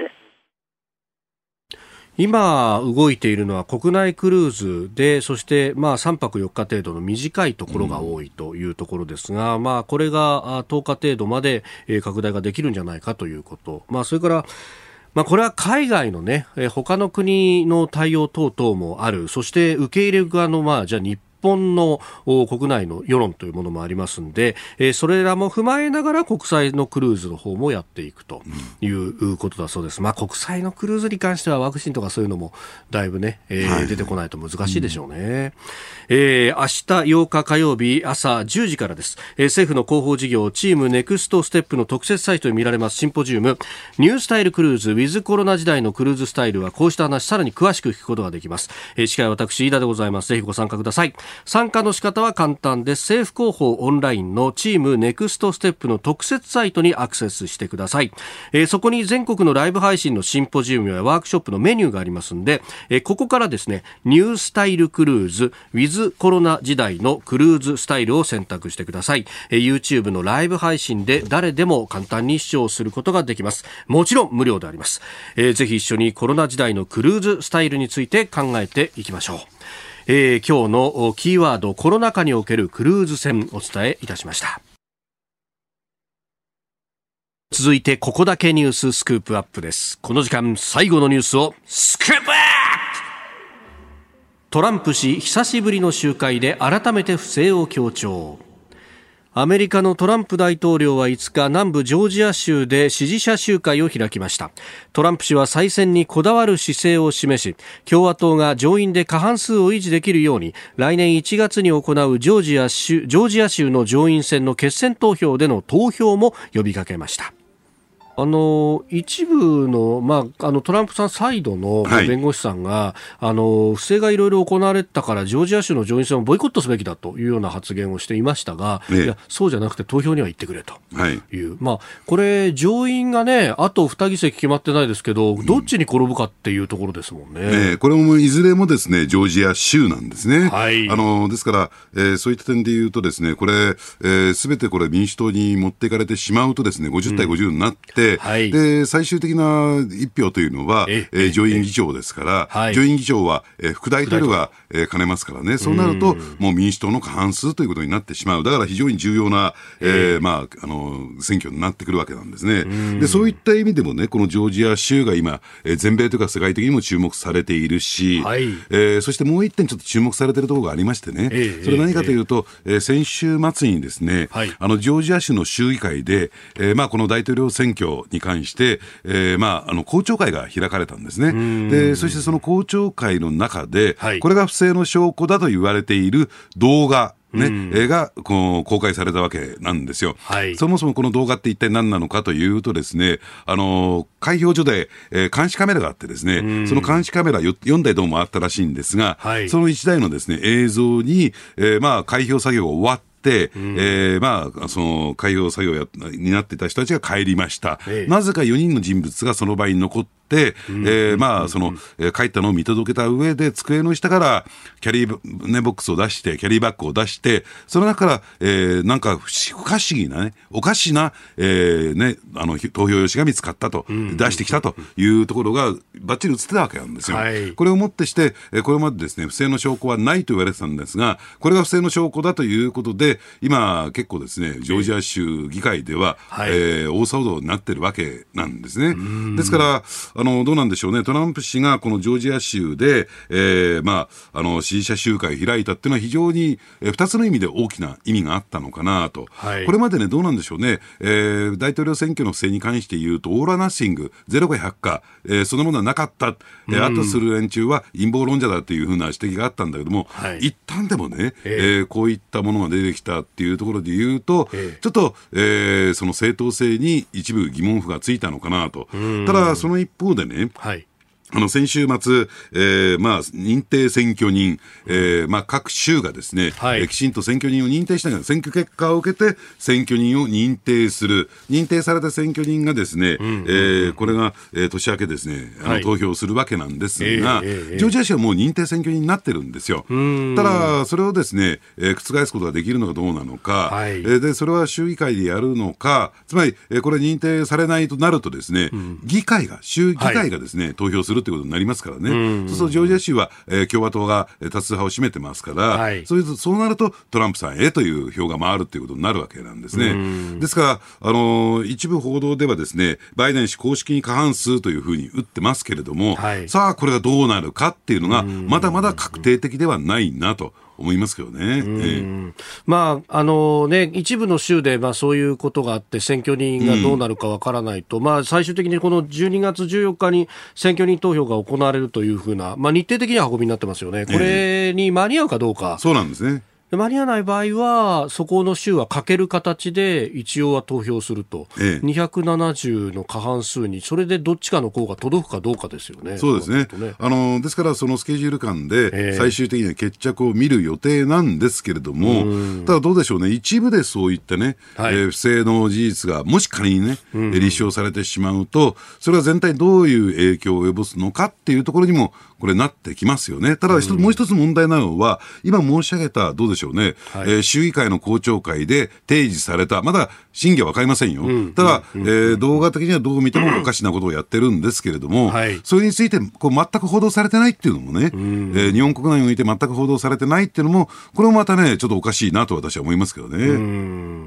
Speaker 1: 今動いているのは国内クルーズで、そしてまあさんぱくよっか程度の短いところが多いというところですが、うん、まあこれがとおか程度まで拡大ができるんじゃないかということ、まあそれからまあ、これは海外のね、他の国の対応等々もある。そして受け入れ側のまあじゃあ日本の国内の世論というものもありますんで、えー、それらも踏まえながら国際のクルーズの方もやっていくということだそうです。まあ、国際のクルーズに関してはワクチンとかそういうのもだいぶね、えーはい、出てこないと難しいでしょうね。うん、えー、明日ようか火曜日朝じゅうじからです。えー、政府の広報事業チームネクストステップの特設サイトに見られますシンポジウム、ニュースタイルクルーズウィズコロナ時代のクルーズスタイルは、こうした話さらに詳しく聞くことができます。えー、司会は私飯田でございます。ぜひご参加ください。参加の仕方は簡単です。政府広報オンラインのチームネクストステップの特設サイトにアクセスしてください。えー、そこに全国のライブ配信のシンポジウムやワークショップのメニューがありますので、えー、ここからですね、ニュースタイルクルーズウィズコロナ時代のクルーズスタイルを選択してください。えー、YouTube のライブ配信で誰でも簡単に視聴することができます。もちろん無料であります。えー、ぜひ一緒にコロナ時代のクルーズスタイルについて考えていきましょう。えー、今日のキーワード、コロナ禍におけるクルーズ船、お伝えいたしました。続いてここだけニューススクープアップです。この時間最後のニュースをスクープアップ。トランプ氏久しぶりの集会で改めて不正を強調。アメリカのトランプ大統領はいつか南部ジョージア州で支持者集会を開きました。トランプ氏は再選にこだわる姿勢を示し、共和党が上院で過半数を維持できるように来年いちがつに行うジョージア州、ジョージア州の上院選の決選投票での投票も呼びかけました。あの一部の、まあ、あのトランプさんサイドの弁護士さんが、はい、あの不正がいろいろ行われたからジョージア州の上院選をボイコットすべきだというような発言をしていましたが、ね、いやそうじゃなくて投票には行ってくれという、はい、まあ、これ上院がねあとに議席決まってないですけど、どっちに転ぶかっていうところですもんね。
Speaker 3: うんね、これもいずれもですねジョージア州なんですね。はい、あのですから、えー、そういった点で言うとですね、これすべ、えー、てこれ民主党に持っていかれてしまうとですねごじゅうたいごじゅうになって、うんはい、で最終的な一票というのは、ええー、上院議長ですから、はい、上院議長は、えー、副大統領が、えー、兼ねますからね、そうなるともう民主党の過半数ということになってしまう。だから非常に重要な、えーまあ、あの選挙になってくるわけなんですね。でそういった意味でもね、このジョージア州が今、えー、全米というか世界的にも注目されているし、はいえー、そしてもう一点ちょっと注目されているところがありましてね、えー、それは何かというと、えー、先週末にですね、はい、あのジョージア州の州議会で、えーまあ、この大統領選挙に関してえーまあ、あの公聴会が開かれたんですね。でそしてその公聴会の中で、はい、これが不正の証拠だと言われている動画ね、うん、がこう公開されたわけなんですよ。はい、そもそもこの動画って一体何なのかというとですね、あの開票所で、えー、監視カメラがあってですね、うん、その監視カメラ よんだいどうもあったらしいんですが、はい、そのいちだいのですね映像に、えーまあ、開票作業が終わってでうんえーまあ、その開票作業やになっていた人たちが帰りました、ええ、なぜかよにんの人物がその場に残ってで、えー、まあその、えー、帰ったのを見届けた上で机の下からキャリー、ね、ボックスを出してキャリーバッグを出してその中から、えー、なんか不可思議なねおかしな、えーね、あの投票用紙が見つかったと、うん、出してきたというところがバッチリ映ってたわけなんですよ、はい、これをもってして、えー、これまでですね不正の証拠はないと言われてたんですがこれが不正の証拠だということで今結構ですねジョージア州議会では、はいえー、大騒動になってるわけなんですね。ですからあのどうなんでしょうね、トランプ氏がこのジョージア州で、えーまあ、あの支持者集会を開いたっていうのは非常にえー、ふたつの意味で大きな意味があったのかなと、はい、これまでねどうなんでしょうね、えー、大統領選挙の不正に関して言うとオーラナッシング、ゼロかひゃくか、えー、そのものはなかった、えー、あとする連中は陰謀論者だというふうな指摘があったんだけども、はい、一旦でもね、えーえー、こういったものが出てきたっていうところで言うと、えー、ちょっと、えー、その正当性に一部疑問符がついたのかなと。ただその一方でね、はい、あの先週末、えーまあ、認定選挙人、えーまあ、各州がですね、はい、えー、きちんと選挙人を認定しながら選挙結果を受けて選挙人を認定する、認定された選挙人がですね、うんうんうん、えー、これが、えー、年明けですね、あの、はい、投票するわけなんですが、えーえー、ジョージア州はもう認定選挙人になってるんですよ。ただそれをですね、えー、覆すことができるのかどうなのか、はい、えー、でそれは州議会でやるのか、つまり、えー、これ認定されないとなるとですね、うん、議会が州議会がですね、はい、投票するということになりますからね。うん、そうするとジョージア州は、えー、共和党が多数派を占めてますから、はい、そういうそうなるとトランプさんへという票が回るということになるわけなんですね。うん、ですから、あのー、一部報道ではですね、バイデン氏公式に過半数というふうに打ってますけれども、はい、さあこれがどうなるかっていうのがまだまだ確定的ではないなと思いますけどね。うん、えー、
Speaker 1: まああのね、一部の州でまあそういうことがあって選挙人がどうなるかわからないと、うん、まあ最終的にこのじゅうにがつじゅうよっかに選挙人投票が行われるというふうな、まあ、日程的には運びになってますよね。これに間に合うかどうか、
Speaker 3: えー、そうなんですね。
Speaker 1: 間に合わない場合はそこの州はかける形で一応は投票すると、ええ、にひゃくななじゅうの過半数にそれでどっちかの候補が届くかどうかですよね。
Speaker 3: そうですね。あのですからそのスケジュール感で最終的には決着を見る予定なんですけれども、えー、ただどうでしょうね、一部でそういったね、はい、えー、不正の事実がもし仮にね、うん、立証されてしまうとそれは全体どういう影響を及ぼすのかっていうところにもこれなってきますよね。ただ一つ、うん、もう一つ問題なのは今申し上げたどうでしょうね、はい、えー、州議会の公聴会で提示された、まだ真偽は分かりませんよ、うん、ただ、うん、えー、動画的にはどう見てもおかしなことをやってるんですけれども、はい、それについてこう全く報道されてないっていうのもね、うん、えー、日本国内において全く報道されてないっていうのもこれもまたねちょっとおかしいなと私は思いますけどね。うん、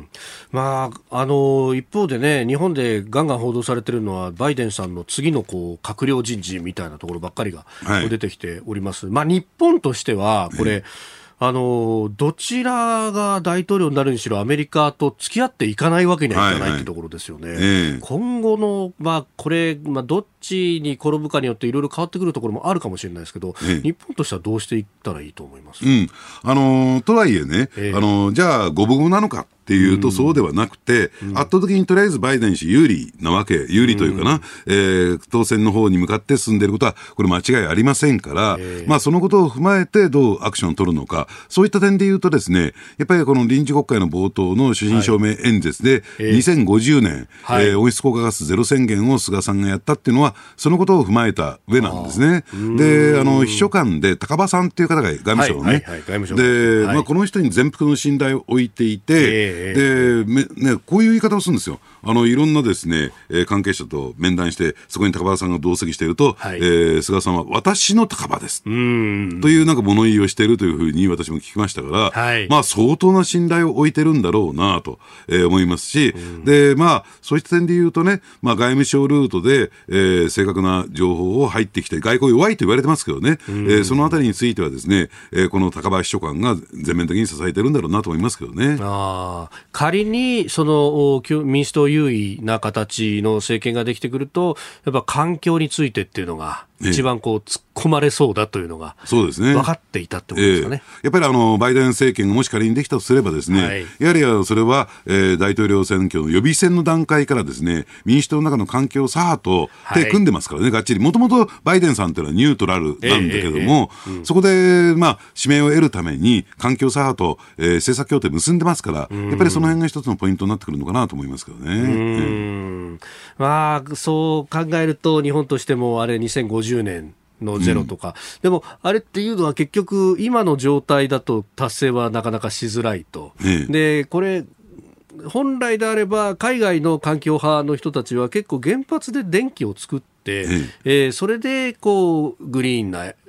Speaker 1: まあ、あの一方でね、日本でガンガン報道されてるのはバイデンさんの次のこう閣僚人事みたいなところばっかりが出てきております。はい、まあ、日本としてはこれ、えーあのどちらが大統領になるにしろアメリカと付き合っていかないわけにはいかない、はいはい、というところですよね。えー、今後の、まあ、これ、まあ、どっちに転ぶかによっていろいろ変わってくるところもあるかもしれないですけど、えー、日本としてはどうしていったらいいと思います？
Speaker 3: うん、あのとはいえね、えー、あのじゃあ五分五分なのかっていうとそうではなくて、うん、圧倒的にとりあえずバイデン氏有利なわけ、有利というかな、うん、えー、当選の方に向かって進んでいることはこれ間違いありませんから、えーまあ、そのことを踏まえてどうアクションを取るのか、そういった点で言うとですね、やっぱりこの臨時国会の冒頭の所信表明演説で、はい、にせんごじゅうねん、はい、えー、温室効果ガスゼロ宣言を菅さんがやったっていうのはそのことを踏まえた上なんですね。で、あの秘書官で高羽さんっていう方が外務省のね、はいはいはい、外務省で、はい、まあ、この人に全幅の信頼を置いていて、えー、でね、こういう言い方をするんですよ。あのいろんなですね、えー、関係者と面談してそこに高羽さんが同席していると、はい、えー、菅さんは私の高羽ですというなんか物言いをしているというふうに私も聞きましたから、はい、まあ、相当な信頼を置いてるんだろうなと、えー、思いますし、で、まあ、そういった点で言うとね、まあ、外務省ルートで、えー、正確な情報を入ってきて外交弱いと言われてますけどね、えー、そのあたりについてはですね、えー、この高羽秘書官が全面的に支えてるんだろうなと思いますけどね。
Speaker 1: あ、仮にその民主党優位な形の政権ができてくるとやっぱ環境についてっていうのが一番こう突っ込まれそうだというのが分かっていたってことですかね。
Speaker 3: えー、やっぱりあのバイデン政権がもし仮にできたとすればですね、はい、やはりそれは、えー、大統領選挙の予備選の段階からですね、民主党の中の環境左派と手組んでますからね、はい、がっちり。もともとバイデンさんというのはニュートラルなんだけども、えーえーうん、そこで、まあ、指名を得るために環境左派と、えー、政策協定結んでますから、やっぱりその辺が一つのポイントになってくるのかなと思いますけどね。うー
Speaker 1: ん、まあ、そう考えると日本としてもあれにせんごじゅうねんのゼロとか、うん、でもあれっていうのは結局今の状態だと達成はなかなかしづらいと、ええ、でこれ本来であれば海外の環境派の人たちは結構原発で電気を作って、えええー、それでこうグリーンな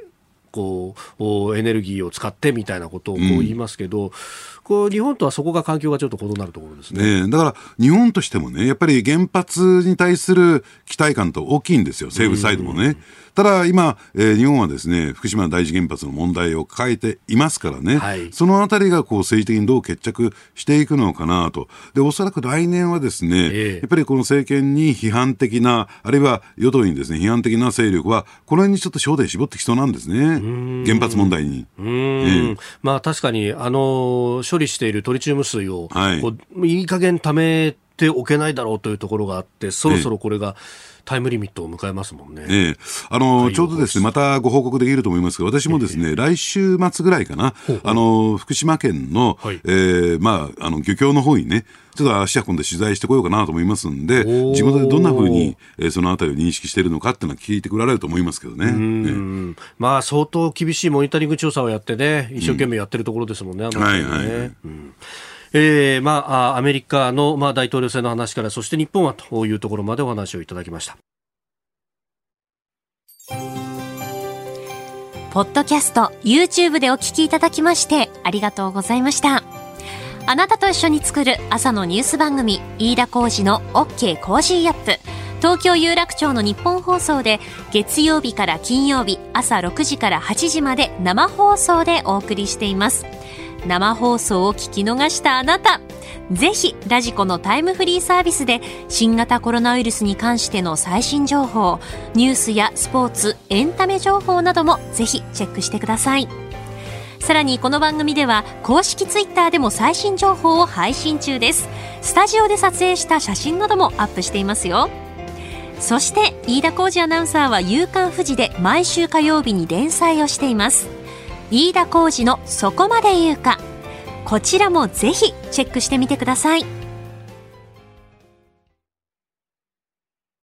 Speaker 1: こうエネルギーを使ってみたいなことをこう言いますけど、うん、こう日本とはそこが環境がちょっと異なるところですね。
Speaker 3: ね、だから日本としてもね、やっぱり原発に対する期待感と大きいんですよ、政府サイドもね。ただ今、えー、日本はですね、福島第一原発の問題を抱えていますからね、はい、そのあたりがこう政治的にどう決着していくのかなと。で、おそらく来年はですね、えー、やっぱりこの政権に批判的な、あるいは与党にですね、批判的な勢力は、この辺にちょっと焦点絞ってきそうなんですね。原発問題に。
Speaker 1: うーん、えー、まあ確かに、あの、処理しているトリチウム水を、はい、こういい加減貯めておけないだろうというところがあって、そろそろこれが、えータイムリミットを迎えますもんね。
Speaker 3: ええ、あのちょうどですね、またご報告できると思いますが、私もですね、ええ、来週末ぐらいかな、ほうほう、あの福島県の、はい、えー、まああの漁協の方にね、ちょっと足運んで取材してこようかなと思いますんで、地元でどんな風に、えー、そのあたりを認識しているのかっていうのは聞いてくられると思いますけどね。うん、
Speaker 1: ええ、まあ相当厳しいモニタリング調査をやってね、一生懸命やってるところですもんね。うん、あのね、はいはいはい、うん、えー、まあアメリカの、まあ、大統領選の話から、そして日本はというところまでお話をいただきました。
Speaker 2: ポッドキャスト YouTube でお聞きいただきましてありがとうございました。あなたと一緒に作る朝のニュース番組、飯田浩司の OK コージーアップ、東京有楽町の日本放送で月曜日から金曜日朝ろくじからはちじまで生放送でお送りしています。生放送を聞き逃したあなた、ぜひラジコのタイムフリーサービスで新型コロナウイルスに関しての最新情報、ニュースやスポーツ、エンタメ情報などもぜひチェックしてください。さらにこの番組では公式ツイッターでも最新情報を配信中です。スタジオで撮影した写真などもアップしていますよ。そして飯田浩司アナウンサーは夕刊フジで毎週火曜日に連載をしています。飯田浩司のそこまで言うか、こちらもぜひチェックしてみてください。